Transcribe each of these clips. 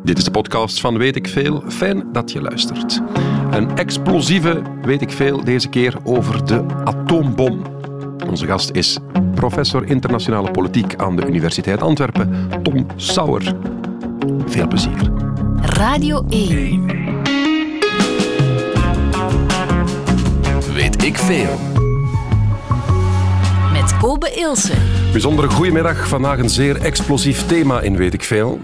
Dit is de podcast van Weet ik Veel. Fijn dat je luistert. Een explosieve Weet ik Veel, deze keer over de atoombom. Onze gast is professor internationale politiek aan de Universiteit Antwerpen, Tom Sauer. Veel plezier. Radio 1. Weet ik Veel. Met Kobe Ilse. Bijzonder goedemiddag. Vandaag een zeer explosief thema in Weet ik Veel.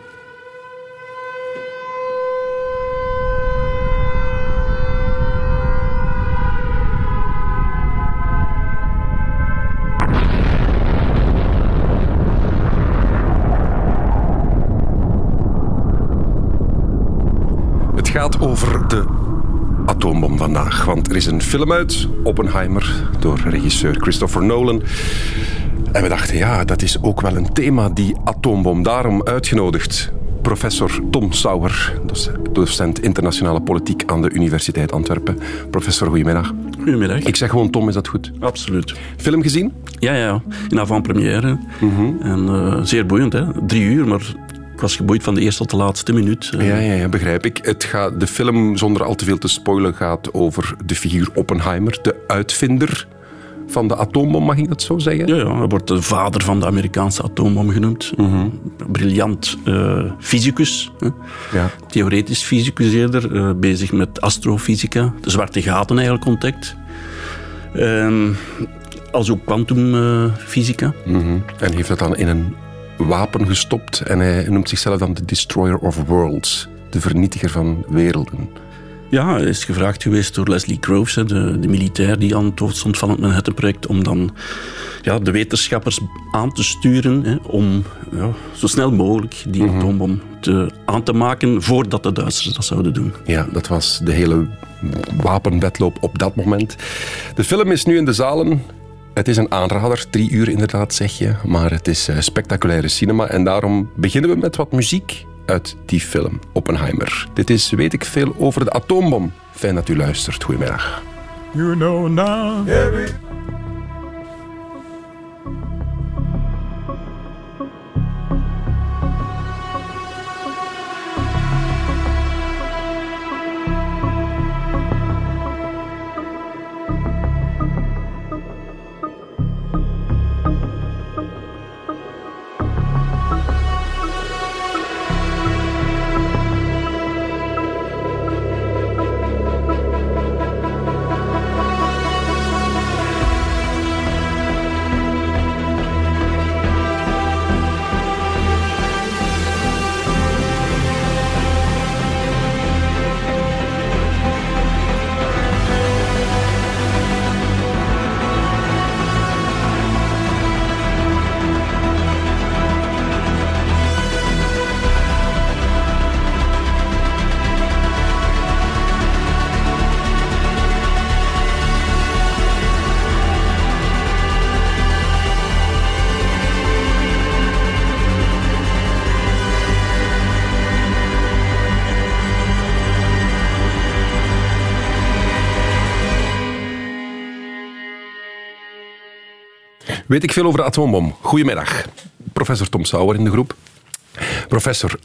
Het gaat over de atoombom vandaag, want er is een film uit, Oppenheimer, door regisseur Christopher Nolan. En we dachten, ja, dat is ook wel een thema, die atoombom. Daarom uitgenodigd professor Tom Sauer, docent internationale politiek aan de Universiteit Antwerpen. Professor, goedemiddag. Goedemiddag. Ik zeg gewoon Tom, is dat goed? Absoluut. Film gezien? Ja. In avant-première. En zeer boeiend, hè. 3 uur, maar ik was geboeid van de eerste tot de laatste minuut. Ja, begrijp ik. De film, zonder al te veel te spoilen, gaat over de figuur Oppenheimer, de uitvinder van de atoombom, mag ik dat zo zeggen? Ja, hij wordt de vader van de Amerikaanse atoombom genoemd. Briljant fysicus. Ja. Theoretisch fysicus eerder. Bezig met astrofysica. De zwarte gaten eigenlijk ontdekt. Als ook kwantumfysica. En heeft dat dan in een wapen gestopt. En hij noemt zichzelf dan de Destroyer of Worlds. De vernietiger van werelden. Ja, hij is gevraagd geweest door Leslie Groves, de militair die aan het hoofd stond van het Manhattan-project, om dan de wetenschappers aan te sturen om zo snel mogelijk die atoombom aan te maken voordat de Duitsers dat zouden doen. Ja, dat was de hele wapenwedloop op dat moment. De film is nu in de zalen. Het is een aanrader, 3 uur inderdaad zeg je, maar het is spectaculaire cinema en daarom beginnen we met wat muziek uit die film, Oppenheimer. Dit is Weet ik Veel over de atoombom. Fijn dat u luistert. Goedemiddag. You know now, heavy. Weet ik veel over de atoombom. Goedemiddag. Professor Tom Sauer in de groep. Professor,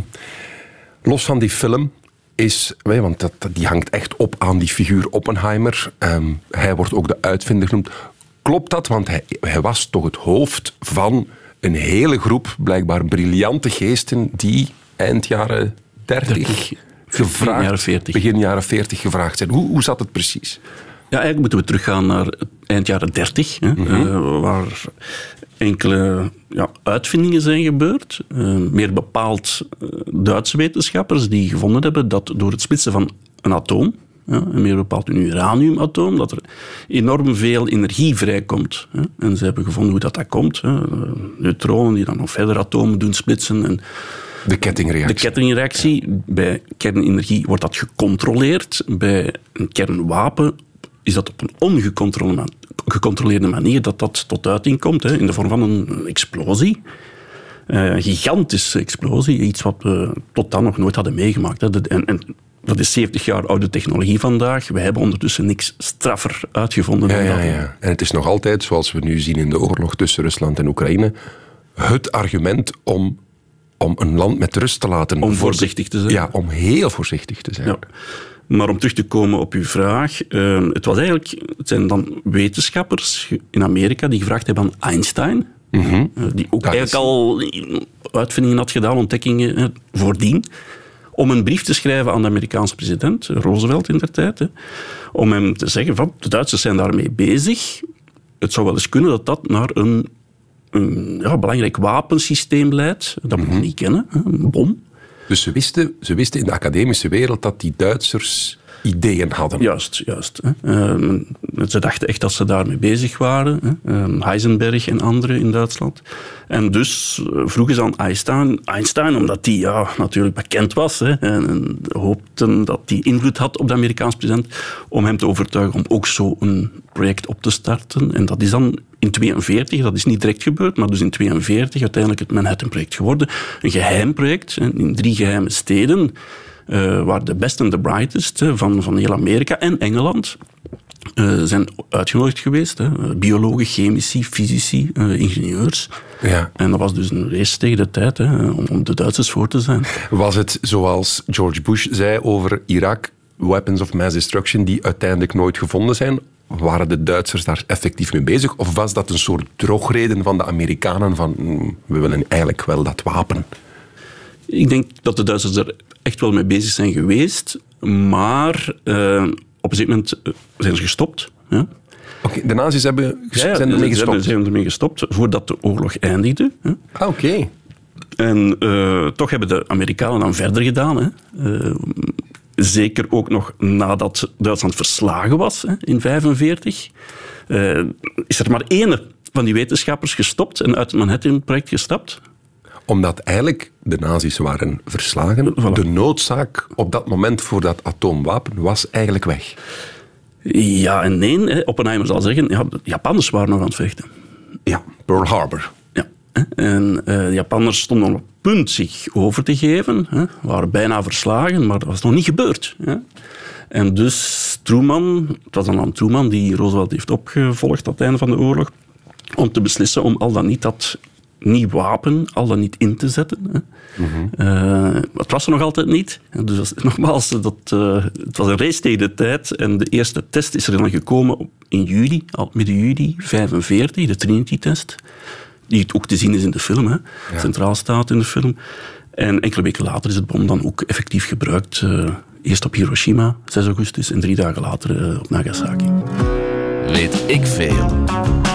los van die film is, want die hangt echt op aan die figuur Oppenheimer. Hij wordt ook de uitvinder genoemd. Klopt dat? Want hij was toch het hoofd van een hele groep, blijkbaar briljante geesten, die eind jaren 30 gevraagd, begin jaren 40 gevraagd zijn. Hoe zat het precies? Ja, eigenlijk moeten we teruggaan naar eind jaren 30, waar enkele uitvindingen zijn gebeurd. Meer bepaald Duitse wetenschappers die gevonden hebben dat door het splitsen van een atoom, en meer bepaald een uraniumatoom, dat er enorm veel energie vrijkomt. En ze hebben gevonden hoe dat komt. Neutronen die dan nog verder atomen doen splitsen. En de kettingreactie. De kettingreactie. Ja. Bij kernenergie wordt dat gecontroleerd. Bij een kernwapen is dat op een ongecontroleerde manier dat tot uiting komt, in de vorm van een explosie. Een gigantische explosie, iets wat we tot dan nog nooit hadden meegemaakt. En dat is 70 jaar oude technologie vandaag. We hebben ondertussen niks straffer uitgevonden dan dat. Ja. En het is nog altijd, zoals we nu zien in de oorlog tussen Rusland en Oekraïne, het argument om om een land met rust te laten. Om voorzichtig te zijn. Ja, om heel voorzichtig te zijn. Ja. Maar om terug te komen op uw vraag. Het zijn dan wetenschappers in Amerika die gevraagd hebben aan Einstein. Die ook eigenlijk al uitvindingen had gedaan, ontdekkingen voordien. Om een brief te schrijven aan de Amerikaanse president, Roosevelt in der tijd. Om hem te zeggen van, de Duitsers zijn daarmee bezig. Het zou wel eens kunnen dat dat naar een belangrijk wapensysteem leidt. Dat we nog niet kennen, een bom. Dus ze wisten in de academische wereld dat die Duitsers ideeën hadden. Juist. Ze dachten echt dat ze daarmee bezig waren. Heisenberg en anderen in Duitsland. En dus vroegen ze aan Einstein, omdat die natuurlijk bekend was en hoopten dat hij invloed had op de Amerikaanse president, om hem te overtuigen om ook zo een project op te starten. En dat is dan in 1942, dat is niet direct gebeurd, maar dus in 1942 uiteindelijk het Manhattan-project geworden. Een geheim project in 3 geheime steden, waar de best en de brightest van heel Amerika en Engeland zijn uitgenodigd geweest. Biologen, chemici, fysici, ingenieurs. Ja. En dat was dus een race tegen de tijd om de Duitsers voor te zijn. Was het zoals George Bush zei over Irak, weapons of mass destruction die uiteindelijk nooit gevonden zijn? Waren de Duitsers daar effectief mee bezig? Of was dat een soort drogreden van de Amerikanen van we willen eigenlijk wel dat wapen? Ik denk dat de Duitsers er echt wel mee bezig zijn geweest, maar op een gegeven moment zijn ze gestopt. Ja. Oké, de nazi's zijn ermee gestopt? Zijn ermee gestopt voordat de oorlog eindigde. Oké. En toch hebben de Amerikanen dan verder gedaan. Zeker ook nog nadat Duitsland verslagen was in 1945. Is er maar 1 van die wetenschappers gestopt en uit het Manhattan-project gestapt. Omdat eigenlijk de nazi's waren verslagen. Voilà. De noodzaak op dat moment voor dat atoomwapen was eigenlijk weg. Ja en nee. Oppenheimer zal zeggen, de Japanners waren nog aan het vechten. Ja, Pearl Harbor. Ja. En de Japanners stonden op het punt zich over te geven. Waren bijna verslagen, maar dat was nog niet gebeurd. En dus Truman, het was dan aan Truman die Roosevelt heeft opgevolgd aan het einde van de oorlog, om te beslissen om al dan niet dat nieuw wapen al dan niet in te zetten. Het was er nog altijd niet. Dus nogmaals, het was een race tegen de tijd. En de eerste test is er dan gekomen in juli, midden juli 1945, de Trinity-test. Die ook te zien is in de film, centraal staat in de film. En enkele weken later is het bom dan ook effectief gebruikt. Eerst op Hiroshima, 6 augustus, en 3 dagen later op Nagasaki. Weet ik veel.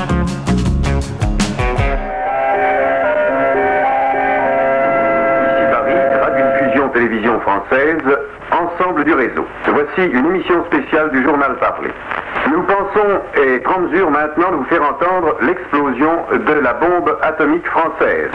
Télévision française, ensemble du réseau. Voici une émission spéciale du journal Parlé. Nous pensons et prendre mesure maintenant de vous faire entendre l'explosion de la bombe atomique française.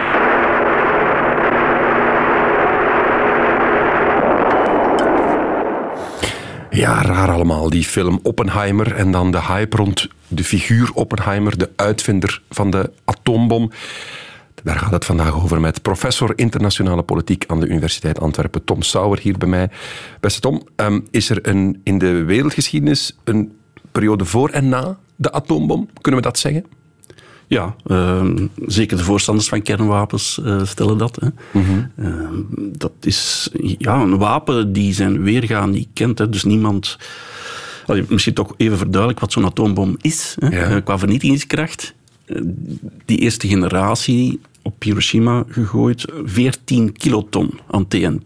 Ja, raar allemaal, die film Oppenheimer en dan de hype rond de figuur Oppenheimer, de uitvinder van de atoombom. Daar gaat het vandaag over met professor internationale politiek aan de Universiteit Antwerpen, Tom Sauer, hier bij mij. Beste Tom, is er in de wereldgeschiedenis een periode voor en na de atoombom? Kunnen we dat zeggen? Ja, zeker de voorstanders van kernwapens stellen dat. Dat is een wapen die zijn weerga niet kent. Dus niemand... Misschien toch even verduidelijk wat zo'n atoombom is. Qua vernietigingskracht. Die eerste generatie op Hiroshima gegooid, 14 kiloton aan TNT.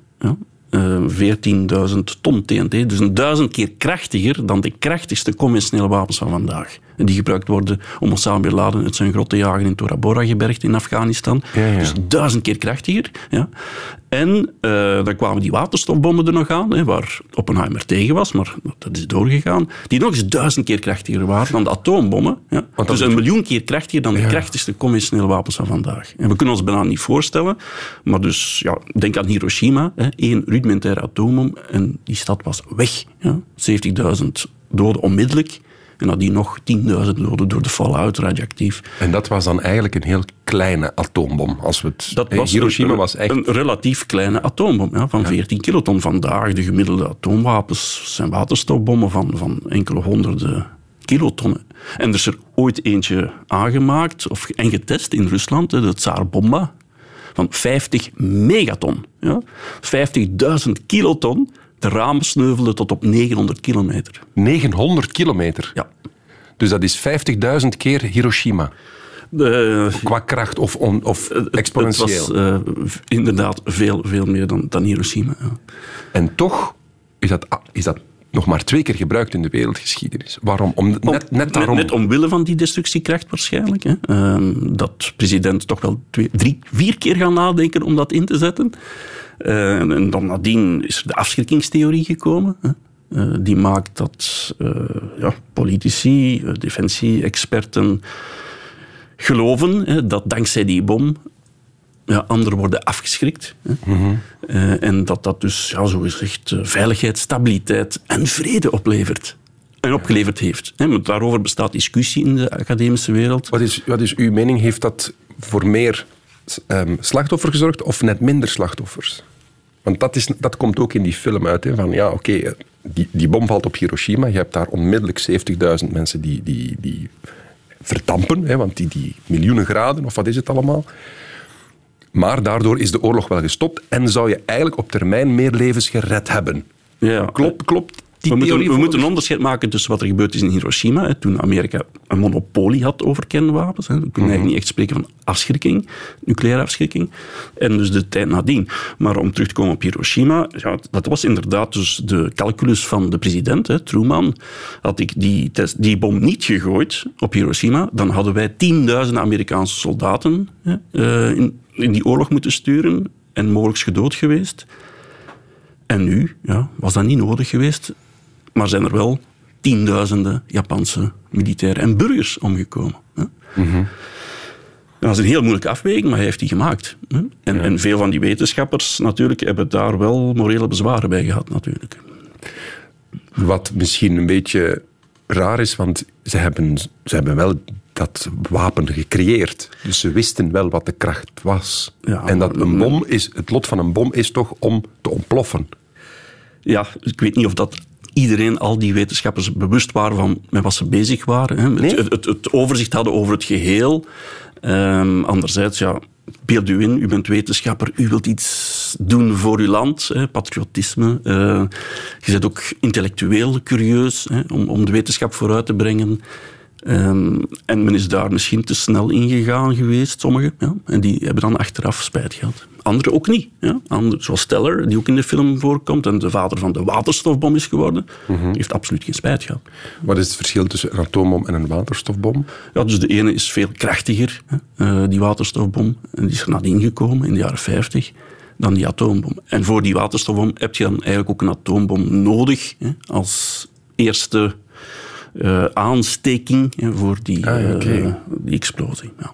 14.000 ton TNT, dus 1000 keer krachtiger dan de krachtigste conventionele wapens van vandaag. Die gebruikt worden om Osama Bin Laden uit zijn grot te jagen in Tora Bora-gebergte in Afghanistan. Ja. Dus 1000 keer krachtiger. Ja. En dan kwamen die waterstofbommen er nog aan, waar Oppenheimer tegen was, maar dat is doorgegaan. Die nog eens 1000 keer krachtiger waren dan de atoombommen. Ja. Dus 1 miljoen keer krachtiger dan de krachtigste conventionele wapens van vandaag. En we kunnen ons bijna niet voorstellen, maar dus denk aan Hiroshima, 1 rudimentaire atoombom en die stad was weg. Ja. 70.000 doden onmiddellijk. En nadien nog 10.000 doden door de fallout, radioactief. En dat was dan eigenlijk een heel kleine atoombom. Hiroshima was echt... een relatief kleine atoombom van 14 kiloton. Vandaag, de gemiddelde atoomwapens zijn waterstofbommen van enkele honderden kilotonnen. En er is er ooit eentje aangemaakt en getest in Rusland, de Tsar Bomba, van 50 megaton. Ja? 50.000 kiloton. De ramen sneuvelden tot op 900 kilometer. 900 kilometer? Ja. Dus dat is 50.000 keer Hiroshima. Qua kracht of exponentieel. Het was inderdaad veel meer dan Hiroshima. Ja. En toch is dat nog maar 2 keer gebruikt in de wereldgeschiedenis. Waarom? Net daarom. Net omwille van die destructiekracht waarschijnlijk. Hè. Dat president toch wel 4 keer gaan nadenken om dat in te zetten. En dan nadien is er de afschrikkingstheorie gekomen. Hè. Die maakt dat politici, defensie-experten geloven dat dankzij die bom anderen worden afgeschrikt. Mm-hmm. En dat dus zogezegd veiligheid, stabiliteit en vrede oplevert. En opgeleverd heeft. Daarover bestaat discussie in de academische wereld. Wat is uw mening? Heeft dat voor meer slachtoffers gezorgd of net minder slachtoffers? Want dat komt ook in die film uit. Hè, van die bom valt op Hiroshima. Je hebt daar onmiddellijk 70.000 mensen die verdampen. Hè, want die miljoenen graden, of wat is het allemaal. Maar daardoor is de oorlog wel gestopt en zou je eigenlijk op termijn meer levens gered hebben. Ja. Klopt we moeten een onderscheid maken tussen wat er gebeurd is in Hiroshima, toen Amerika een monopolie had over kernwapens. We kunnen eigenlijk niet echt spreken van afschrikking, nucleaire afschrikking. En dus de tijd nadien. Maar om terug te komen op Hiroshima, dat was inderdaad dus de calculus van de president, Truman. Had ik die bom niet gegooid op Hiroshima, dan hadden wij 10.000 Amerikaanse soldaten in die oorlog moeten sturen en mogelijk gedood geweest. En nu was dat niet nodig geweest, maar zijn er wel 10.000 Japanse militairen en burgers omgekomen. Mm-hmm. Dat is een heel moeilijke afweging, maar hij heeft die gemaakt. En veel van die wetenschappers natuurlijk hebben daar wel morele bezwaren bij gehad. Natuurlijk. Wat misschien een beetje raar is, want ze hebben wel dat wapen gecreëerd. Dus ze wisten wel wat de kracht was. Ja, en dat het lot van een bom is toch om te ontploffen. Ja, ik weet niet of dat iedereen, al die wetenschappers, bewust waren van met wat ze bezig waren. Hè. Nee? Het overzicht hadden over het geheel. Anderzijds, beeld u in, u bent wetenschapper, u wilt iets doen voor uw land, patriotisme. Je bent ook intellectueel curieus om de wetenschap vooruit te brengen. En men is daar misschien te snel in gegaan geweest, sommigen. Ja, en die hebben dan achteraf spijt gehad. Anderen ook niet. Ja. Anderen, zoals Teller, die ook in de film voorkomt en de vader van de waterstofbom is geworden, heeft absoluut geen spijt gehad. Wat is het verschil tussen een atoombom en een waterstofbom? Ja, dus de ene is veel krachtiger, die waterstofbom. En die is er nadien gekomen, in de jaren 50, dan die atoombom. En voor die waterstofbom heb je dan eigenlijk ook een atoombom nodig, als eerste aansteking voor die explosie. Ja.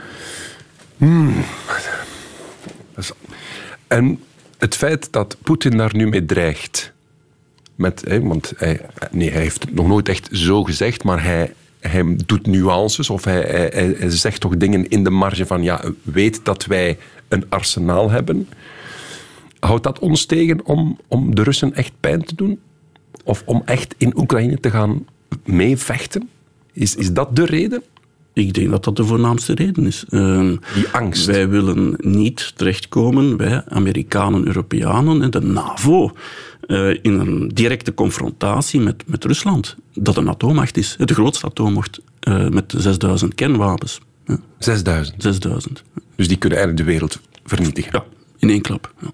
En het feit dat Poetin daar nu mee dreigt, want hij heeft het nog nooit echt zo gezegd, maar hij doet nuances of hij zegt toch dingen in de marge van weet dat wij een arsenaal hebben. Houdt dat ons tegen om de Russen echt pijn te doen? Of om echt in Oekraïne te gaan meevechten? Is dat de reden? Ik denk dat dat de voornaamste reden is. Die angst. Wij willen niet terechtkomen, wij Amerikanen, Europeanen en de NAVO, in een directe confrontatie met Rusland. Dat een atoommacht is. De grootste atoommacht met 6000 kernwapens. 6000? 6000. Dus die kunnen eigenlijk de wereld vernietigen? Ja, in één klap. Ja.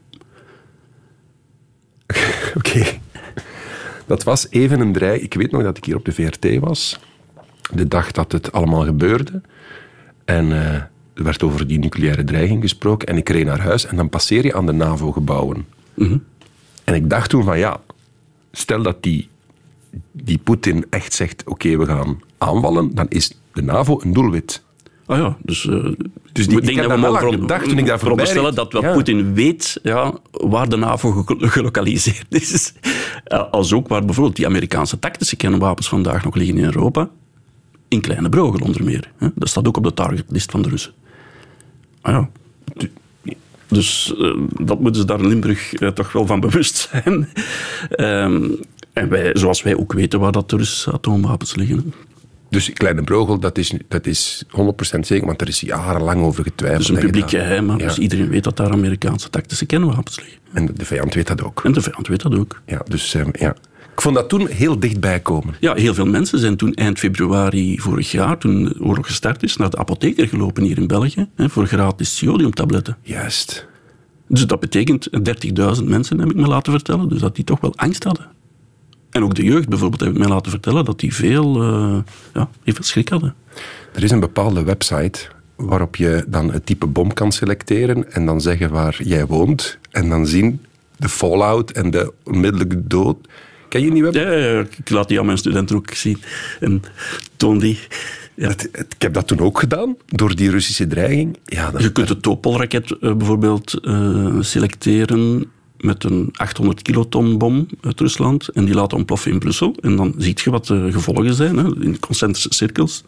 Oké. Dat was even een dreiging. Ik weet nog dat ik hier op de VRT was, de dag dat het allemaal gebeurde. En er werd over die nucleaire dreiging gesproken. En ik reed naar huis en dan passeer je aan de NAVO-gebouwen. Mm-hmm. En ik dacht toen van stel dat die Poetin echt zegt, oké, we gaan aanvallen, dan is de NAVO een doelwit. Ah ja, dus ik heb daar wel aan gedacht toen ik daar voorbij reed. Dat Poetin weet waar de NAVO gelokaliseerd is. Als ook waar bijvoorbeeld die Amerikaanse tactische kernwapens vandaag nog liggen in Europa. In Kleine Brogel onder meer. Dat staat ook op de targetlist van de Russen. Ah ja. Dus dat moeten ze daar in Limburg toch wel van bewust zijn. En zoals wij ook weten waar dat de Russische atoomwapens liggen. Dus Kleine Breugel, dat is 100% zeker, want er is jarenlang over getwijfeld. Het is een publiek geheim, maar dus iedereen weet dat daar Amerikaanse tactische kernwapens liggen. En de vijand weet dat ook. Ja, dus ik vond dat toen heel dichtbij komen. Ja, heel veel mensen zijn toen eind februari vorig jaar, toen de oorlog gestart is, naar de apotheker gelopen hier in België voor gratis jodiumtabletten. Juist. Dus dat betekent 30.000 mensen, heb ik me laten vertellen, dus dat die toch wel angst hadden. En ook de jeugd bijvoorbeeld, heb ik mij laten vertellen, dat die veel schrik hadden. Er is een bepaalde website waarop je dan het type bom kan selecteren en dan zeggen waar jij woont en dan zien de fallout en de onmiddellijke dood. Ken je die website? Ja, ik laat die aan mijn studenten ook zien en toon die. Ja. Ik heb dat toen ook gedaan, door die Russische dreiging. Ja, Je kunt de Topol-raket bijvoorbeeld selecteren met een 800 kiloton bom uit Rusland en die laten ontploffen in Brussel. En dan zie je wat de gevolgen zijn, in concentrische cirkels.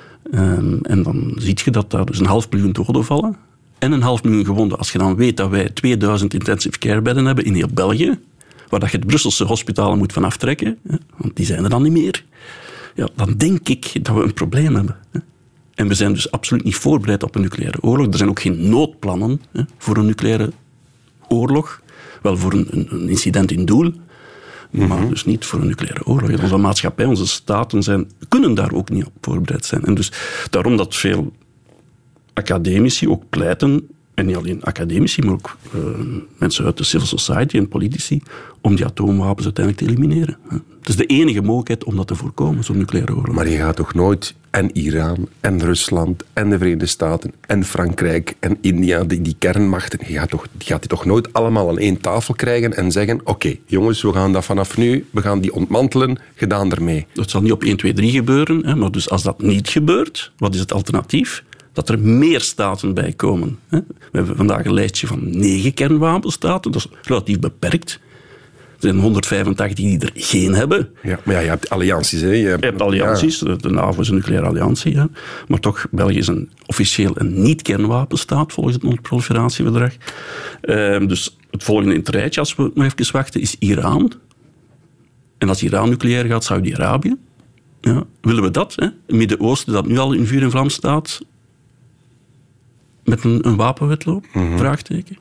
En dan zie je dat daar dus 500.000 doden vallen en 500.000 gewonden. Als je dan weet dat wij 2000 intensive care bedden hebben in heel België, waar dat je het Brusselse hospitalen moet van aftrekken, want die zijn er dan niet meer, ja, dan denk ik dat we een probleem hebben. En we zijn dus absoluut niet voorbereid op een nucleaire oorlog. Er zijn ook geen noodplannen voor een nucleaire oorlog. Wel voor een incident in Doel, maar dus niet voor een nucleaire oorlog. Onze maatschappij, onze staten kunnen daar ook niet op voorbereid zijn. En dus daarom dat veel academici ook pleiten, en niet alleen academici, maar ook mensen uit de civil society en politici, om die atoomwapens uiteindelijk te elimineren. Het is de enige mogelijkheid om dat te voorkomen, zo'n nucleaire oorlog. Maar je gaat toch nooit en Iran en Rusland en de Verenigde Staten en Frankrijk en India, die kernmachten, die gaat die toch nooit allemaal aan één tafel krijgen en zeggen, oké, jongens, we gaan dat vanaf nu, we gaan die ontmantelen, gedaan ermee. Dat zal niet op 1, 2, 3 gebeuren, maar dus als dat niet gebeurt, wat is het alternatief? Dat er meer staten bij komen. We hebben vandaag een lijstje van 9 kernwapenstaten. Dat is relatief beperkt. Er zijn 185 die er geen hebben. Ja, maar je hebt allianties. Hè? Je hebt allianties. Ja. De NAVO is een nucleaire alliantie. Ja. Maar toch, België is officieel een niet-kernwapenstaat volgens het non-proliferatieverdrag. Dus het volgende in het rijtje, als we nog even wachten, is Iran. En als Iran nucleair gaat, Saudi-Arabië. Ja. Willen we dat? Het Midden-Oosten, dat nu al in vuur en vlam staat, met een wapenwedloop? Vraagteken.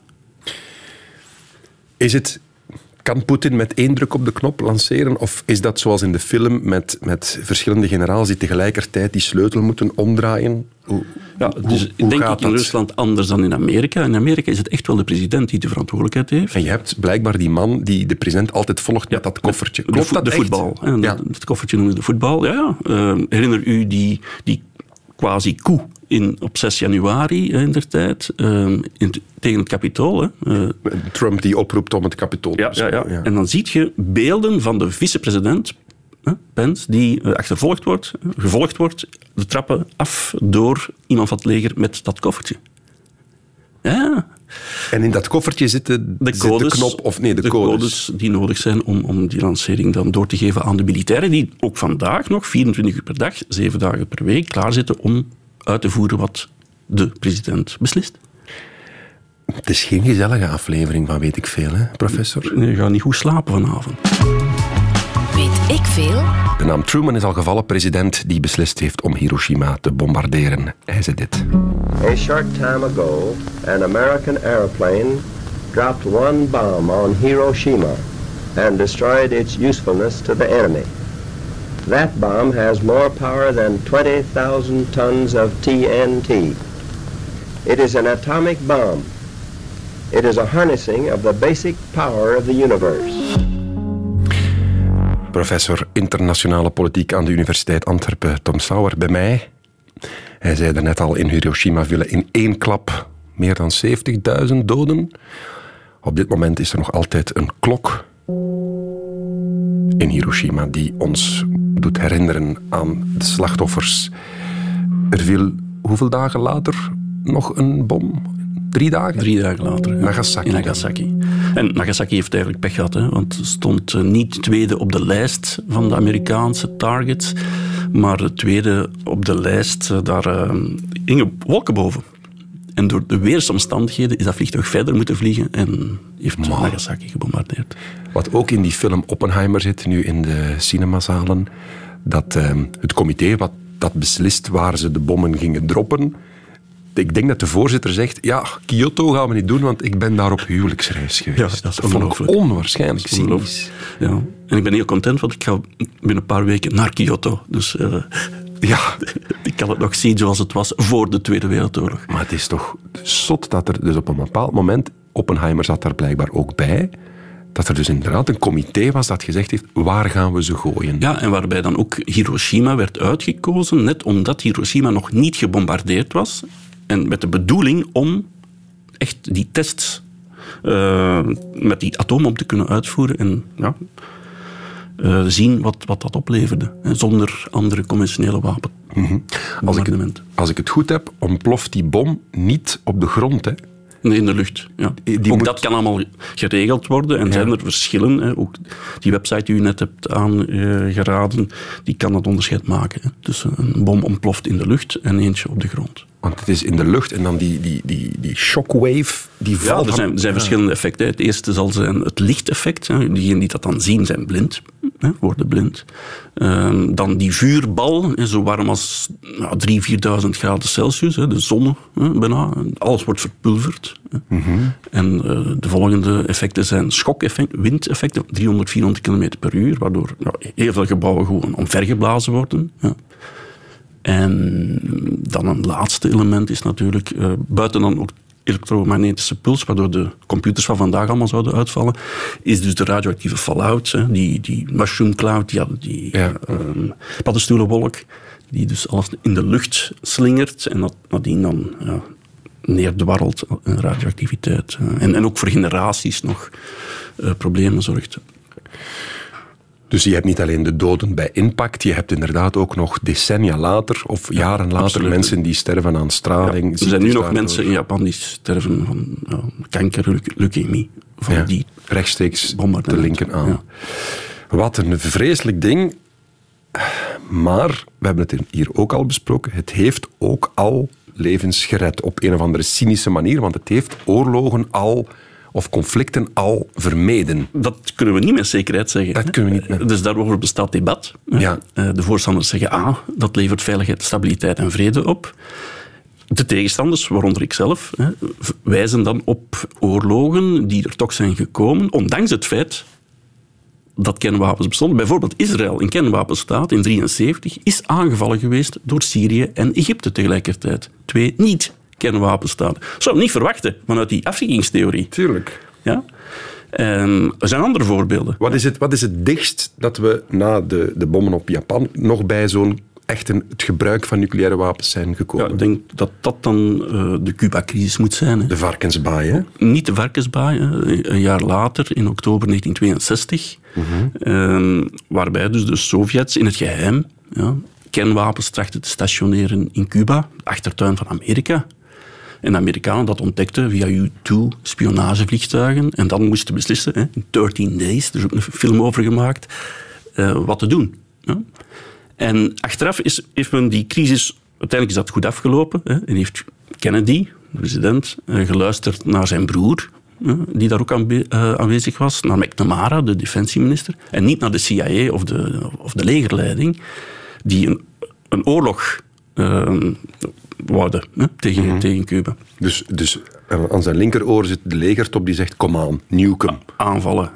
Kan Poetin met één druk op de knop lanceren? Of is dat zoals in de film met verschillende generaals die tegelijkertijd die sleutel moeten omdraaien? Ik denk in Rusland anders dan in Amerika. In Amerika is het echt wel de president die de verantwoordelijkheid heeft. En je hebt blijkbaar die man die de president altijd volgt met dat koffertje. Klopt dat de echt? Voetbal. Het koffertje noemen ze de voetbal. Ja. Herinner u die quasi-coup op 6 januari in der tijd tegen het Capitool. Trump die oproept om het Capitool te ja. En dan zie je beelden van de vicepresident Pence die gevolgd wordt de trappen af door iemand van het leger met dat koffertje. Ja. En in dat koffertje zit de knop of nee, de codes die nodig zijn om die lancering dan door te geven aan de militairen die ook vandaag nog 24 uur per dag, 7 dagen per week klaarzitten om uit te voeren wat de president beslist. Het is geen gezellige aflevering van Weet ik Veel, hè, professor? Je gaat niet goed slapen vanavond. Weet ik veel? De naam Truman is al gevallen, president die beslist heeft om Hiroshima te bombarderen. Hij zei dit. A short time ago, an American airplane dropped one bomb on Hiroshima and destroyed its usefulness to the enemy. That bomb has more power than 20,000 tons of TNT. It is an atomic bomb. It is a harnessing of the basic power of the universe. Professor internationale politiek aan de Universiteit Antwerpen, Tom Sauer, bij mij. Hij zei daarnet al, in Hiroshima vielen in één klap meer dan 70.000 doden. Op dit moment is er nog altijd een klok in Hiroshima die ons doet herinneren aan de slachtoffers. Er viel hoeveel dagen later nog een bom? 3 dagen? 3 dagen later. Ja. Nagasaki. In Nagasaki. En Nagasaki heeft eigenlijk pech gehad, want het stond niet tweede op de lijst van de Amerikaanse targets, maar de tweede op de lijst, daar hingen wolken boven. En door de weersomstandigheden is dat vliegtuig verder moeten vliegen en heeft Nagasaki gebombardeerd. Wat ook in die film Oppenheimer zit, nu in de cinemazalen, dat het comité dat beslist waar ze de bommen gingen droppen. Ik denk dat de voorzitter zegt, ja, Kyoto gaan we niet doen, want ik ben daar op huwelijksreis geweest. Ja, dat is vond ik ongelooflijk. onwaarschijnlijk cynisch. Ja. En ik ben heel content, want ik ga binnen een paar weken naar Kyoto. Dus Ja, ik kan het nog zien zoals het was voor de Tweede Wereldoorlog. maar het is toch zot dat er dus op een bepaald moment, Oppenheimer zat daar blijkbaar ook bij, dat er dus inderdaad een comité was dat gezegd heeft, waar gaan we ze gooien? Ja, en waarbij dan ook Hiroshima werd uitgekozen, net omdat Hiroshima nog niet gebombardeerd was. En met de bedoeling om echt die tests met die atoombom te kunnen uitvoeren en zien wat dat opleverde. Hè, zonder andere conventionele wapen. Als ik het goed heb, ontploft die bom niet op de grond, hè? In de lucht. Ja. Ook dat kan allemaal geregeld worden. En zijn er verschillen. Hè. Ook die website die u net hebt aangeraden, die kan dat onderscheid maken. Hè. Dus een bom ontploft in de lucht en eentje op de grond. Want het is in de lucht en dan die shockwave die valt. Ja, er zijn verschillende effecten. Het eerste zal zijn het lichteffect. Diegenen die dat dan zien, zijn blind. Worden blind. Dan die vuurbal, zo warm als 3.000, 4.000 graden Celsius. De zon bijna. Alles wordt verpulverd. Mm-hmm. En de volgende effecten zijn schokeffect, windeffecten, 300, 400 km per uur, waardoor heel veel gebouwen gewoon omvergeblazen worden. Ja. En dan een laatste element is natuurlijk, buiten dan ook elektromagnetische puls, waardoor de computers van vandaag allemaal zouden uitvallen, is dus de radioactieve fallout, die mushroom cloud, die paddenstoelenwolk, die dus alles in de lucht slingert en dat nadien dan neerdwarrelt, radioactiviteit. En ook voor generaties nog problemen zorgt. Dus je hebt niet alleen de doden bij impact, je hebt inderdaad ook nog decennia later of jaren later absoluut. Mensen die sterven aan straling. Ja, er zijn nu nog mensen in Japan die sterven van kanker, leukemie. Van die rechtstreeks te linken aan. Ja. Wat een vreselijk ding. Maar, we hebben het hier ook al besproken, het heeft ook al levens gered op een of andere cynische manier, want het heeft oorlogen al of conflicten al vermeden. Dat kunnen we niet met zekerheid zeggen. Dat kunnen we niet met. Dus daarover bestaat debat. Ja. De voorstanders zeggen, dat levert veiligheid, stabiliteit en vrede op. De tegenstanders, waaronder ik zelf, wijzen dan op oorlogen die er toch zijn gekomen, ondanks het feit dat kernwapens bestonden. Bijvoorbeeld Israël, een kernwapenstaat in 1973, is aangevallen geweest door Syrië en Egypte tegelijkertijd. 2 niet-kernwapenstaten. Zou je niet verwachten vanuit die afschrikkingstheorie. Tuurlijk. Ja? Er zijn andere voorbeelden. Wat is het dichtst dat we na de bommen op Japan nog bij zo'n het gebruik van nucleaire wapens zijn gekomen? Ja, ik denk dat dat dan de Cuba-crisis moet zijn. Hè. De varkensbaai, hè? Niet de varkensbaai. Een jaar later, in oktober 1962, waarbij dus de Sovjets in het geheim kernwapens trachten te stationeren in Cuba, de achtertuin van Amerika. En de Amerikanen dat ontdekten via U-2 spionagevliegtuigen en dan moesten beslissen, in 13 days, er is ook een film over gemaakt, wat te doen. Ja. En achteraf heeft men die crisis, uiteindelijk is dat goed afgelopen, en heeft Kennedy, de president, geluisterd naar zijn broer, die daar ook aanwezig was, naar McNamara, de defensieminister, en niet naar de CIA of de legerleiding, die een oorlog wouden tegen Cuba. Dus aan zijn linkeroor zit de legertop die zegt, kom aan, nuke hem. Aanvallen.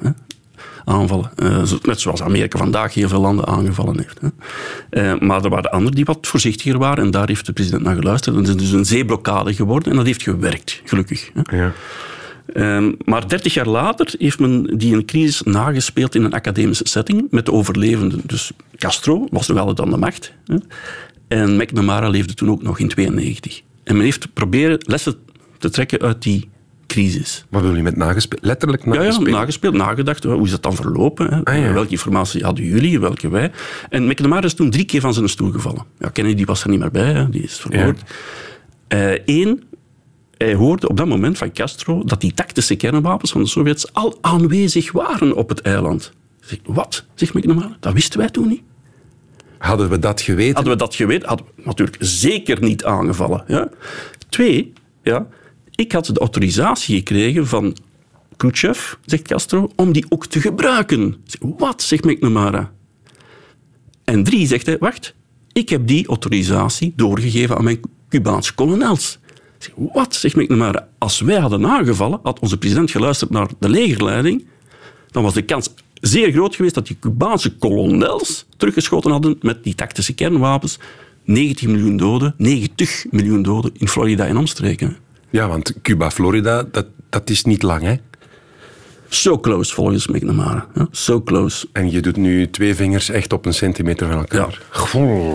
Net zoals Amerika vandaag heel veel landen aangevallen heeft. Maar er waren anderen die wat voorzichtiger waren en daar heeft de president naar geluisterd. En het is dus een zeeblokkade geworden en dat heeft gewerkt, gelukkig. Ja. Maar 30 jaar later heeft men die een crisis nagespeeld in een academische setting met de overlevenden. Dus Castro was nog altijd aan de macht. En McNamara leefde toen ook nog in 1992. En men heeft proberen lessen te trekken uit die crisis. Wat wil je met nagespeeld? Letterlijk nagespeeld? Ja, nagespeeld, nagedacht. Hoe is dat dan verlopen? Welke informatie hadden jullie, welke wij? En McNamara is toen 3 keer van zijn stoel gevallen. Ja, Kennedy was er niet meer bij, die is vermoord. Eén, hij hoorde op dat moment van Castro dat die tactische kernwapens van de Sovjets al aanwezig waren op het eiland. Wat? Zegt McNamara, dat wisten wij toen niet. Hadden we dat geweten? Hadden we natuurlijk zeker niet aangevallen. Ja. 2, ik had de autorisatie gekregen van Khrushchev, zegt Castro, om die ook te gebruiken. Wat, zegt McNamara. En 3, zegt hij, wacht, Ik heb die autorisatie doorgegeven aan mijn Cubaanse kolonels. Ik zeg, wat? Zeg maar, als wij hadden aangevallen, had onze president geluisterd naar de legerleiding, dan was de kans zeer groot geweest dat die Cubaanse kolonels teruggeschoten hadden met die tactische kernwapens. 90 miljoen doden in Florida en omstreken. Ja, want Cuba-Florida, dat is niet lang, hè? So close, volgens McNamara. Ja, so close. En je doet nu 2 vingers echt op een centimeter van elkaar. Ja.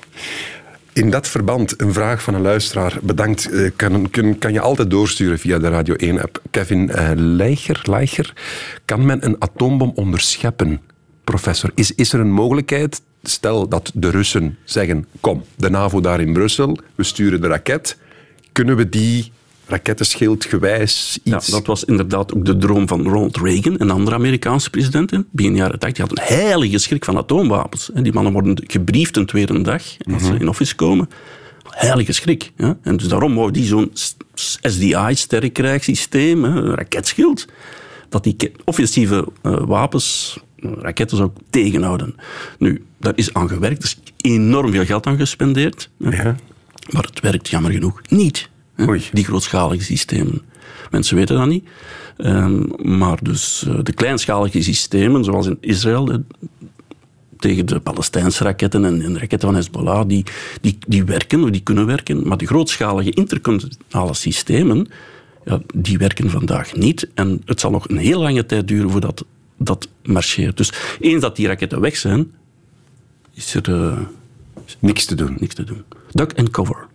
In dat verband een vraag van een luisteraar. Bedankt. Kan je altijd doorsturen via de Radio 1-app. Kevin Leicher. Kan men een atoombom onderscheppen, professor? Is er een mogelijkheid, stel dat de Russen zeggen, kom, de NAVO daar in Brussel, we sturen de raket, kunnen we die rakettenschildgewijs iets... Ja, dat was inderdaad ook de droom van Ronald Reagan en andere Amerikaanse presidenten. Begin jaren 80, die hadden een heilige schrik van atoomwapens. Die mannen worden gebriefd een tweede dag als ze in office komen. Heilige schrik. Ja? En dus daarom wou die zo'n SDI, sterrenkrijgsysteem, een raketschild, dat die offensieve wapens, raketten zou tegenhouden. Nu, daar is aan gewerkt. Er is enorm veel geld aan gespendeerd. Ja. Maar het werkt jammer genoeg niet. Die grootschalige systemen. Mensen weten dat niet. Maar dus de kleinschalige systemen, zoals in Israël, tegen de Palestijnse raketten en de raketten van Hezbollah, die werken, of die kunnen werken. Maar de grootschalige intercontinentale systemen, ja, die werken vandaag niet. En het zal nog een heel lange tijd duren voordat dat marcheert. Dus eens dat die raketten weg zijn, is er niks te doen. Duck and cover.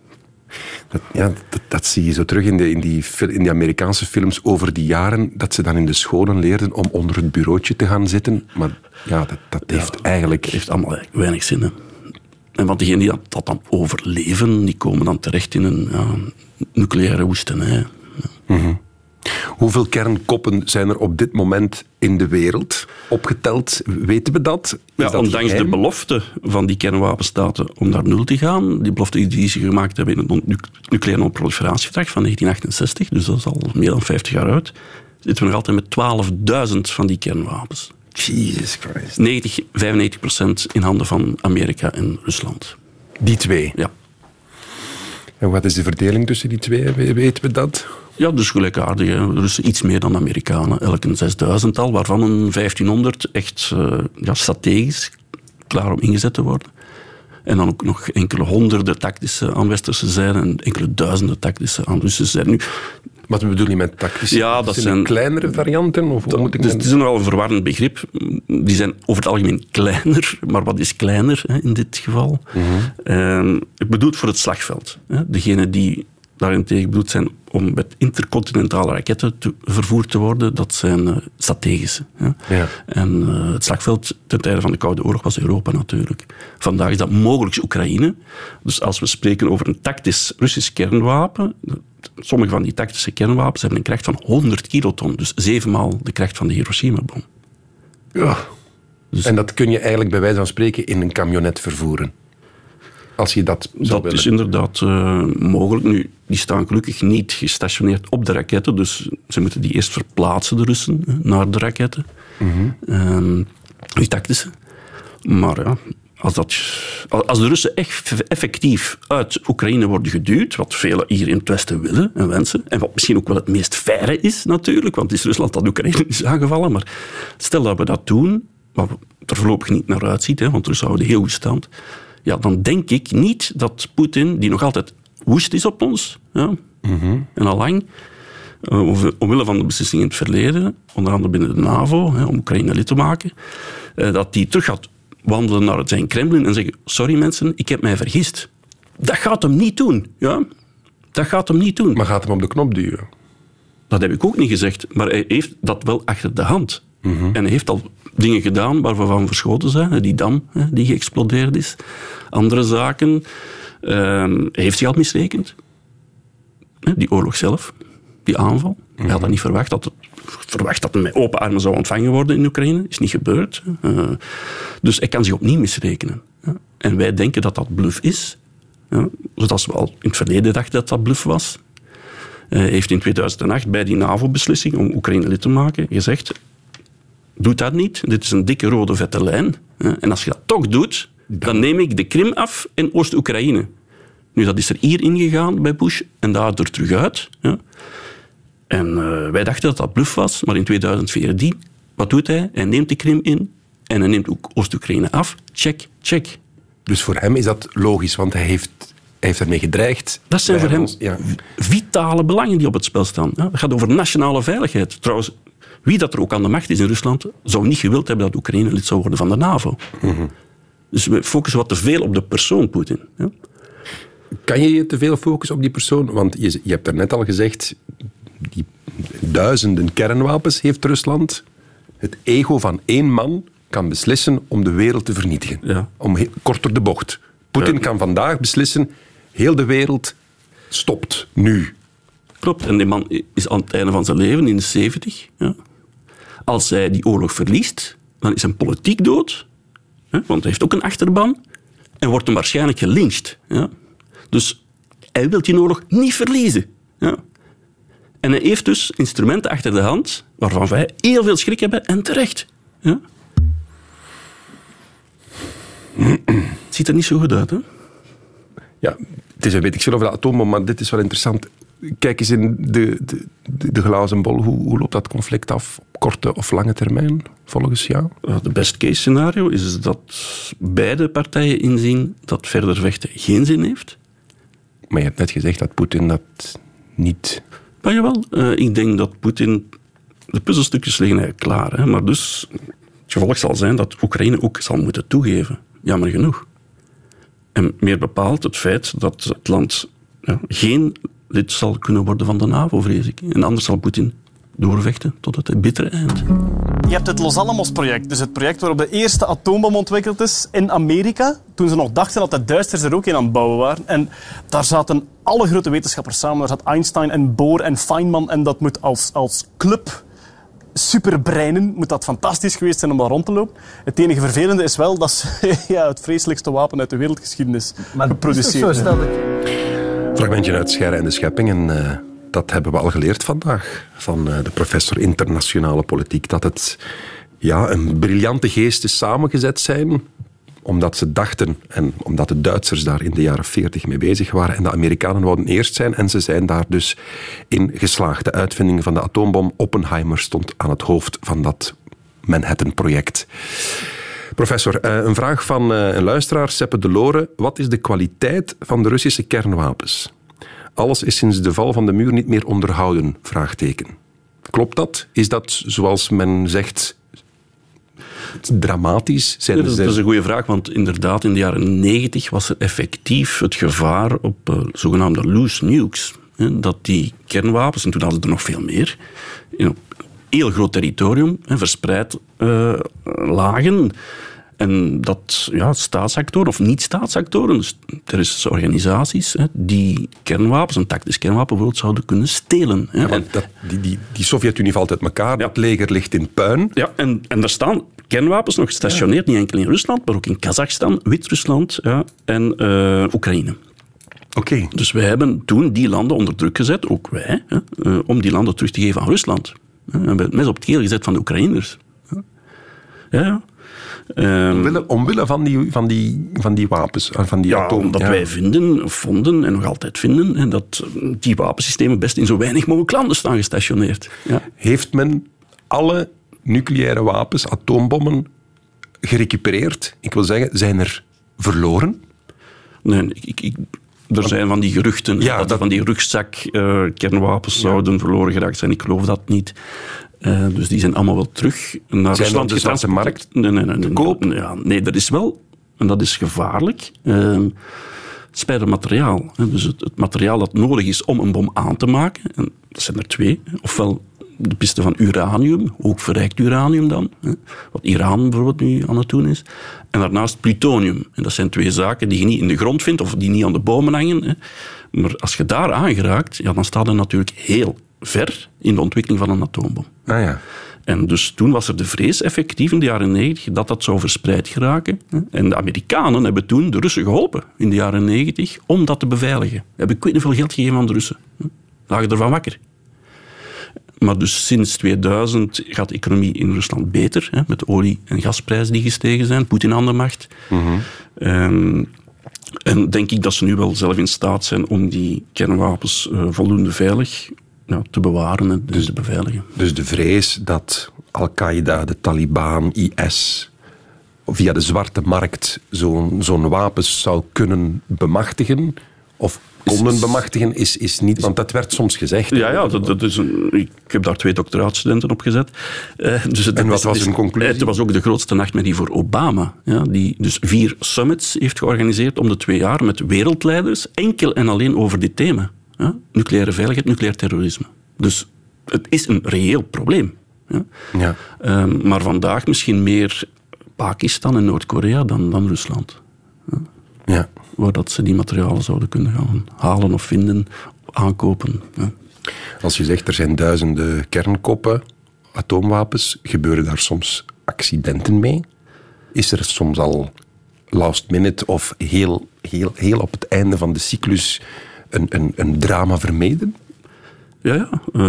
Dat zie je zo terug in die Amerikaanse films over die jaren, dat ze dan in de scholen leerden om onder het bureautje te gaan zitten. Maar ja, dat heeft eigenlijk... Het heeft allemaal weinig zin. Hè. En want degenen die dat dan overleven, die komen dan terecht in een nucleaire woestenij. Ja. Mm-hmm. Hoeveel kernkoppen zijn er op dit moment in de wereld opgeteld? Weten we dat? Ondanks de belofte van die kernwapenstaten om naar 0 te gaan, die belofte die ze gemaakt hebben in het nucleaire non-proliferatieverdrag van 1968, dus dat is al meer dan 50 jaar uit, zitten we nog altijd met 12.000 van die kernwapens. Jesus Christ. 95% in handen van Amerika en Rusland. Die twee? Ja. En wat is de verdeling tussen die twee? Weten we dat? Ja, dus gelijkaardig. De Russen iets meer dan de Amerikanen. Elk een 6.000-tal, waarvan een 1500 echt strategisch klaar om ingezet te worden. En dan ook nog enkele honderden tactische aan westerse zijde en enkele duizenden tactische aan Russische zijde. Nu, wat bedoel je met tactische? Ja, dat zijn kleinere varianten? Of het is nogal een verwarrend begrip. Die zijn over het algemeen kleiner, maar wat is kleiner in dit geval? Mm-hmm. Ik bedoel het voor het slagveld. Degenen die daarentegen bedoeld zijn om met intercontinentale raketten vervoerd te worden, dat zijn strategische. Ja. En het slagveld ten tijde van de Koude Oorlog was Europa natuurlijk. Vandaag is dat mogelijk Oekraïne. Dus als we spreken over een tactisch Russisch kernwapen, sommige van die tactische kernwapens hebben een kracht van 100 kiloton, dus 7 maal de kracht van de Hiroshima-bom. Ja. Dus, en dat kun je eigenlijk bij wijze van spreken in een camionet vervoeren. Als je dat zou willen. Dat is inderdaad mogelijk. Nu, die staan gelukkig niet gestationeerd op de raketten, dus ze moeten die eerst verplaatsen, de Russen, naar de raketten. Mm-hmm. Die tactische. Maar ja, als de Russen echt effectief uit Oekraïne worden geduwd, wat velen hier in het Westen willen en wensen, en wat misschien ook wel het meest faire is natuurlijk, want het is Rusland dat Oekraïne is aangevallen, maar stel dat we dat doen, wat er voorlopig niet naar uitziet, want Russen houden heel goed stand, ja, dan denk ik niet dat Poetin, die nog altijd woest is op ons, ja, mm-hmm. en al lang, omwille van de beslissingen in het verleden, onder andere binnen de NAVO, om Oekraïne lid te maken, dat die terug gaat wandelen naar zijn Kremlin en zeggen, sorry mensen, ik heb mij vergist. Dat gaat hem niet doen. Ja? Dat gaat hem niet doen. Maar gaat hem op de knop duwen? Dat heb ik ook niet gezegd, maar hij heeft dat wel achter de hand. Mm-hmm. En hij heeft al dingen gedaan waar we van verschoten zijn. Die dam die geëxplodeerd is. Andere zaken. Heeft hij al misrekend? Die oorlog zelf. Die aanval. Mm-hmm. Hij had dat niet verwacht. Dat hij met open armen zou ontvangen worden in Oekraïne. Is niet gebeurd. Dus hij kan zich opnieuw misrekenen. En wij denken dat dat bluff is. Zoals we al in het verleden dachten dat dat bluff was. Heeft in 2008 bij die NAVO-beslissing om Oekraïne lid te maken gezegd, doe dat niet. Dit is een dikke rode vette lijn. En als je dat toch doet, Dan neem ik de Krim af en Oost-Oekraïne. Nu, dat is er hier ingegaan bij Bush en daar er terug uit. Ja. En wij dachten dat dat bluff was, maar in 2014, wat doet hij? Hij neemt de Krim in en hij neemt ook Oost-Oekraïne af. Check. Dus voor hem is dat logisch, want hij heeft ermee gedreigd. Dat zijn voor hem vitale belangen die op het spel staan. Ja, het gaat over nationale veiligheid. Trouwens, wie dat er ook aan de macht is in Rusland, zou niet gewild hebben dat Oekraïne lid zou worden van de NAVO. Mm-hmm. Dus we focussen wat te veel op de persoon Poetin. Ja. Kan je te veel focussen op die persoon? Want je hebt er net al gezegd, die duizenden kernwapens heeft Rusland. Het ego van één man kan beslissen om de wereld te vernietigen. Ja. Kort door de bocht. Poetin kan vandaag beslissen, heel de wereld stopt, nu. Klopt, en die man is aan het einde van zijn leven, in de 70. Ja. Als hij die oorlog verliest, dan is zijn politiek dood. Ja, want hij heeft ook een achterban. En wordt hem waarschijnlijk gelyncht. Ja. Dus hij wil die oorlog niet verliezen. Ja. En hij heeft dus instrumenten achter de hand waarvan wij heel veel schrik hebben en terecht. Ja. Het ziet er niet zo goed uit, hè? Ja, het is een weet ik veel over de atoombom, maar dit is wel interessant. Kijk eens in de glazen bol. Hoe loopt dat conflict af? Op korte of lange termijn, volgens jou? De best case scenario is dat beide partijen inzien dat verder vechten geen zin heeft. Maar je hebt net gezegd dat Poetin dat niet... Maar jawel, ik denk dat Poetin... De puzzelstukjes liggen eigenlijk klaar. Hè? Maar dus, het gevolg zal zijn dat Oekraïne ook zal moeten toegeven. Jammer genoeg. En meer bepaald het feit dat het land geen lid zal kunnen worden van de NAVO, vrees ik. En anders zal Poetin doorvechten tot het bittere eind. Je hebt het Los Alamos-project, dus het project waarop de eerste atoombom ontwikkeld is in Amerika, toen ze nog dachten dat de Duitsers er ook in aan het bouwen waren. En daar zaten alle grote wetenschappers samen. Daar zat Einstein en Bohr en Feynman en dat moet als club superbreinen, moet dat fantastisch geweest zijn om daar rond te lopen. Het enige vervelende is wel dat ze het vreselijkste wapen uit de wereldgeschiedenis produceren. Fragmentje uit Scheire en de Schepping en dat hebben we al geleerd vandaag van de professor internationale politiek, dat het een briljante geesten samengezet zijn omdat ze dachten en omdat de Duitsers daar in de jaren 40 mee bezig waren en de Amerikanen wouden eerst zijn en ze zijn daar dus in geslaagd. De uitvinding van de atoombom, Oppenheimer stond aan het hoofd van dat Manhattan-project. Professor, een vraag van een luisteraar, Seppe de Lore. Wat is de kwaliteit van de Russische kernwapens? Alles is sinds de val van de muur niet meer onderhouden, vraagteken. Klopt dat? Is dat, zoals men zegt, dramatisch? Dat is een goede vraag, want inderdaad in de jaren 90 was er effectief het gevaar op zogenaamde loose nukes. Dat die kernwapens, en toen hadden ze er nog veel meer, in een heel groot territorium verspreid lagen. En dat staatsactoren of niet-staatsactoren, dus terroristische organisaties, die kernwapens, een tactisch kernwapen bijvoorbeeld, zouden kunnen stelen. Ja, want die Sovjet-Unie valt uit elkaar, dat leger ligt in puin. Ja, en daar staan kernwapens nog gestationeerd, niet enkel in Rusland, maar ook in Kazachstan, Wit-Rusland en Oekraïne. Okay. Dus wij hebben toen die landen onder druk gezet, ook wij, om die landen terug te geven aan Rusland. We hebben het mes op het keel gezet van de Oekraïners. Ja. Omwille van die wapens, van die atoom. Omdat wij vonden en nog altijd vinden dat die wapensystemen best in zo weinig mogelijk landen staan gestationeerd. Ja. Heeft men alle nucleaire wapens, atoombommen, gerecupereerd? Ik wil zeggen, zijn er verloren? Nee, er zijn van die geruchten dat van die rugzak kernwapens zouden verloren geraakt zijn. Ik geloof dat niet. Dus die zijn allemaal wel terug naar Rusland getransporteerd. Markt te koop? Nee, dat is wel, en dat is gevaarlijk, spijdermateriaal. Dus het materiaal dat nodig is om een bom aan te maken. En dat zijn er twee. Ofwel de piste van uranium, ook verrijkt uranium dan, wat Iran bijvoorbeeld nu aan het doen is. En daarnaast plutonium. En dat zijn twee zaken die je niet in de grond vindt of die niet aan de bomen hangen. Maar als je daar aangeraakt, dan staat er natuurlijk heel ver in de ontwikkeling van een atoombom. Ah, ja. En dus toen was er de vrees effectief in de jaren 90 dat zou verspreid geraken. En de Amerikanen hebben toen de Russen geholpen in de jaren 90 om dat te beveiligen. Hebben ik weet niet veel geld gegeven aan de Russen. Lagen ervan wakker. Maar dus sinds 2000 gaat de economie in Rusland beter, hè, met de olie- en gasprijzen die gestegen zijn, Poetin aan de macht. En denk ik dat ze nu wel zelf in staat zijn om die kernwapens voldoende veilig te bewaren en te beveiligen. Dus de vrees dat Al-Qaeda, de Taliban, IS via de zwarte markt zo'n wapens zou kunnen bemachtigen of konden bemachtigen, is niet... Want dat werd soms gezegd. Ja, dat is ik heb daar 2 doctoraatstudenten op gezet. En wat was hun conclusie? Het was ook de grootste nachtmerrie voor Obama. Ja, die dus 4 summits heeft georganiseerd om de 2 jaar met wereldleiders, enkel en alleen over dit thema. Ja? Nucleaire veiligheid, nucleair terrorisme. Dus het is een reëel probleem. Ja? Ja. Maar vandaag misschien meer Pakistan en Noord-Korea dan Rusland. Ja. Waar dat ze die materialen zouden kunnen gaan halen of vinden, aankopen. Ja. Als je zegt, er zijn duizenden kernkoppen, atoomwapens, gebeuren daar soms accidenten mee? Is er soms al last minute of heel op het einde van de cyclus een drama vermeden? Ja.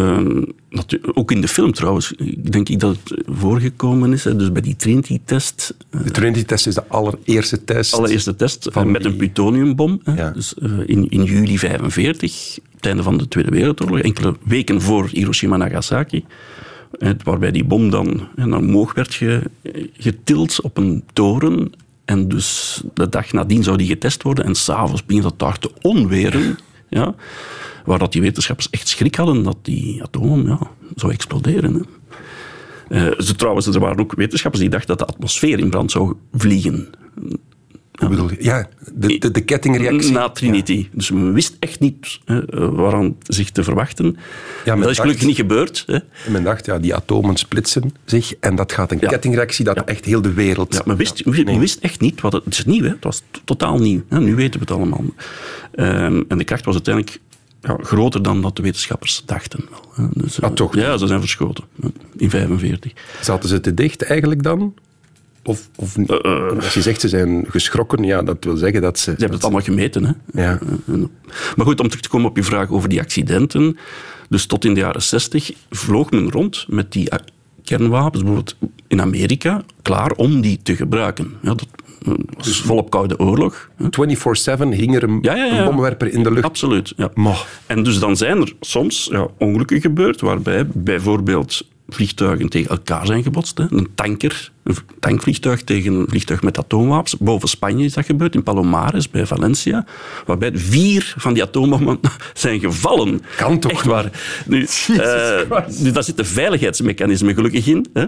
Ook in de film trouwens. Denk ik dat het voorgekomen is. Hè. Dus bij die Trinity-test. De Trinity-test is de allereerste test. Met een plutoniumbom. Hè. Ja. Dus in juli 1945, het einde van de Tweede Wereldoorlog, enkele weken voor Hiroshima en Nagasaki. Waarbij die bom dan omhoog werd getild op een toren. En dus de dag nadien zou die getest worden. En s'avonds begint dat daar te onweren. Ja. Waar dat die wetenschappers echt schrik hadden dat die atoom zou exploderen. Hè. Er waren ook wetenschappers die dachten dat de atmosfeer in brand zou vliegen. Hoe bedoel je? Ja, de kettingreactie. Na Trinity. Ja. Dus men wist echt niet waaraan zich te verwachten. Ja, dat is gelukkig niet gebeurd. Hè. Men dacht, die atomen splitsen zich en dat gaat een kettingreactie dat echt heel de wereld... Ja, men wist echt niet. Het is nieuw, hè. Het was totaal nieuw. Hè. Nu weten we het allemaal. En de kracht was uiteindelijk groter dan dat de wetenschappers dachten. Dus, toch? Ja, ze zijn verschoten. In 1945. Zaten ze te dicht eigenlijk dan? Of als je zegt ze zijn geschrokken, dat wil zeggen dat ze... Ze hebben het allemaal gemeten. Hè? Ja. Maar goed, om terug te komen op je vraag over die accidenten. Dus tot in de jaren 60 vloog men rond met die kernwapens, bijvoorbeeld in Amerika, klaar om die te gebruiken. Ja, dat was volop Koude Oorlog. 24/7 hing er een bommenwerper in de lucht. Absoluut. Ja. En dus dan zijn er soms ongelukken gebeurd, waarbij bijvoorbeeld vliegtuigen tegen elkaar zijn gebotst. Hè. Een tankvliegtuig tegen een vliegtuig met atoomwapens. Boven Spanje is dat gebeurd, in Palomares, bij Valencia. Waarbij 4 van die atoombommen zijn gevallen. Kan toch? Echt waar. Nu, daar zitten veiligheidsmechanismen gelukkig in. Hè.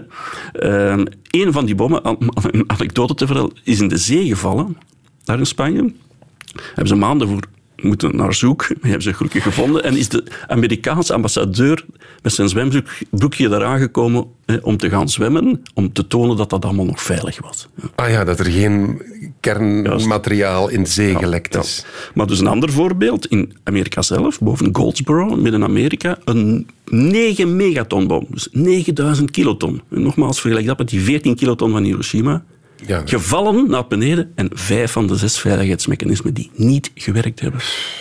Een van die bommen, om een anekdote te vertellen, is in de zee gevallen. Daar in Spanje. Hebben ze maanden voor moeten naar zoek. Die hebben ze gelukkig gevonden. En is de Amerikaanse ambassadeur met zijn zwembroekje daar aangekomen om te gaan zwemmen, om te tonen dat dat allemaal nog veilig was. Dat er geen kernmateriaal in de zee gelekt is. Ja. Maar dus een ander voorbeeld, in Amerika zelf, boven Goldsboro, midden in Amerika, een 9 megatonbom. Dus 9000 kiloton. En nogmaals, vergelijk dat met die 14 kiloton van Hiroshima. Ja. Gevallen naar beneden en 5 van de 6 veiligheidsmechanismen die niet gewerkt hebben.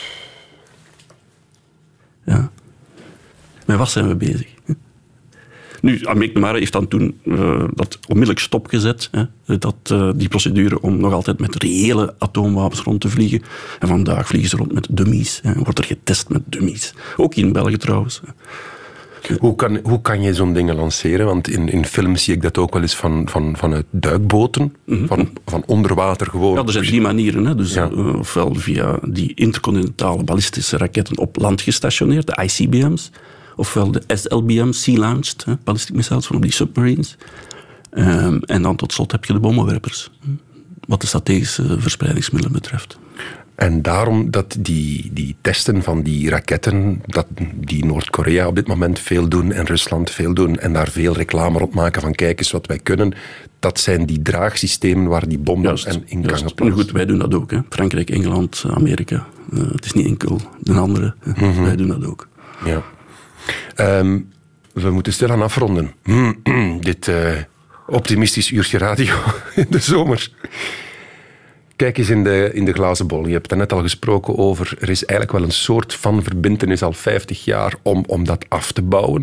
Ja. Met wat zijn we bezig? Nu, Amerika Mare heeft dan toen dat onmiddellijk stopgezet. Die procedure om nog altijd met reële atoomwapens rond te vliegen. En vandaag vliegen ze rond met dummies. Wordt er getest met dummies. Ook in België trouwens. Hoe kan je zo'n dingen lanceren? Want in films zie ik dat ook wel eens vanuit duikboten, van onder water gewoon. Ja, er zijn 3 manieren. Hè. Dus, ofwel via die intercontinentale ballistische raketten op land gestationeerd, de ICBM's. Ofwel de SLBM's, Sea-Launched, ballistic missiles van op die submarines. En dan tot slot heb je de bommenwerpers. Wat de strategische verspreidingsmiddelen betreft. En daarom dat die testen van die raketten, dat die Noord-Korea op dit moment veel doen en Rusland veel doen en daar veel reclame rond maken van kijk eens wat wij kunnen, dat zijn die draagsystemen waar die bommen in kan geplaatst. Goed, wij doen dat ook. Hè. Frankrijk, Engeland, Amerika. Het is niet enkel de andere. Wij doen dat ook. Ja. We moeten stilaan afronden. Dit optimistisch uurtje radio in de zomer. Kijk eens in de glazen bol. Je hebt het net al gesproken over, er is eigenlijk wel een soort van verbintenis al 50 jaar om dat af te bouwen.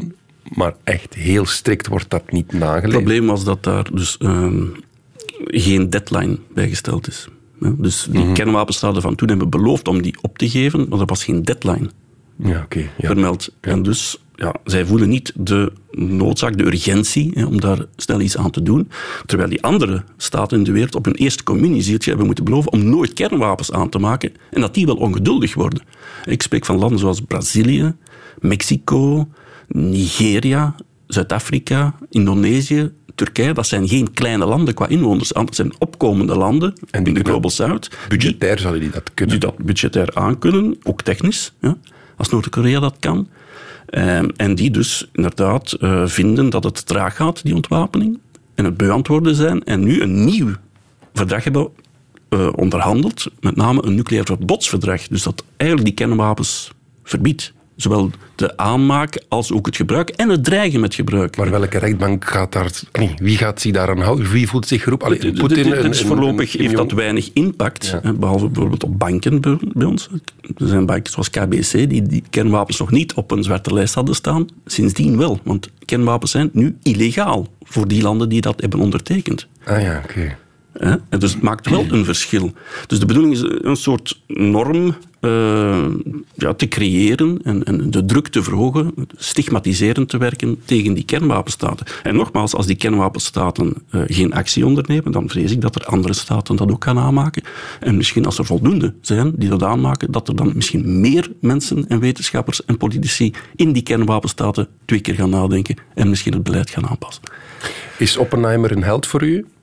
maar echt heel strikt wordt dat niet nageleefd. Het probleem was dat daar dus geen deadline bij gesteld is. Ja, dus die kernwapenstaten van toen hebben beloofd om die op te geven, maar er was geen deadline vermeld. Ja. En dus zij voelen niet de noodzaak, de urgentie om daar snel iets aan te doen. Terwijl die andere staten in de wereld op hun eerste communiezieltje hebben moeten beloven om nooit kernwapens aan te maken en dat die wel ongeduldig worden. Ik spreek van landen zoals Brazilië, Mexico, Nigeria, Zuid-Afrika, Indonesië, Turkije. Dat zijn geen kleine landen qua inwoners. Dat zijn opkomende landen en in de Global South. Budgetair zouden die dat kunnen. Die dat budgetair aankunnen, ook technisch, als Noord-Korea dat kan. En die dus inderdaad vinden dat het traag gaat, die ontwapening, en het beantwoorden zijn, en nu een nieuw verdrag hebben onderhandeld, met name een nucleair verbodsverdrag, dus dat eigenlijk die kernwapens verbiedt. Zowel de aanmaak als ook het gebruik en het dreigen met gebruik. Maar welke rechtbank gaat daar... wie gaat zich daaraan houden? Wie voelt zich geroepen? Poetin, voorlopig heeft dat weinig impact. Ja. Behalve bijvoorbeeld op banken bij ons. Er zijn banken zoals KBC die kernwapens nog niet op een zwarte lijst hadden staan. Sindsdien wel. Want kernwapens zijn nu illegaal voor die landen die dat hebben ondertekend. Oké. En dus het maakt wel een verschil. Dus de bedoeling is een soort norm te creëren en de druk te verhogen, stigmatiserend te werken tegen die kernwapenstaten. En nogmaals, als die kernwapenstaten geen actie ondernemen, dan vrees ik dat er andere staten dat ook gaan aanmaken. En misschien als er voldoende zijn die dat aanmaken, dat er dan misschien meer mensen en wetenschappers en politici in die kernwapenstaten 2 keer gaan nadenken en misschien het beleid gaan aanpassen. Is Oppenheimer een held voor u?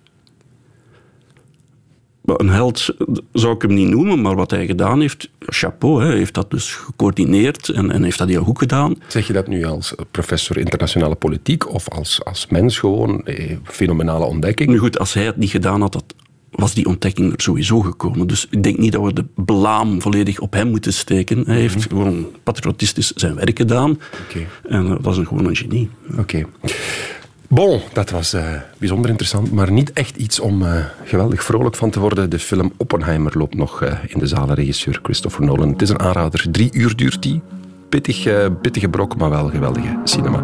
Een held zou ik hem niet noemen, maar wat hij gedaan heeft, chapeau, hij heeft dat dus gecoördineerd en heeft dat heel goed gedaan. Zeg je dat nu als professor internationale politiek of als mens gewoon fenomenale ontdekking? Nu goed, als hij het niet gedaan had, was die ontdekking er sowieso gekomen. Dus ik denk niet dat we de blaam volledig op hem moeten steken. Hij heeft gewoon patriotistisch zijn werk gedaan. En dat was gewoon een genie. Oké. Bon, dat was bijzonder interessant, maar niet echt iets om geweldig vrolijk van te worden. De film Oppenheimer loopt nog in de zalen, regisseur Christopher Nolan. Het is een aanrader. 3 uur duurt die. Pittige brok, maar wel geweldige cinema.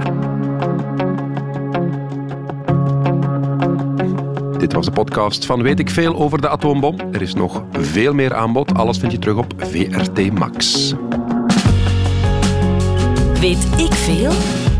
Dit was de podcast van Weet ik Veel over de atoombom. Er is nog veel meer aanbod. Alles vind je terug op VRT Max. Weet ik veel?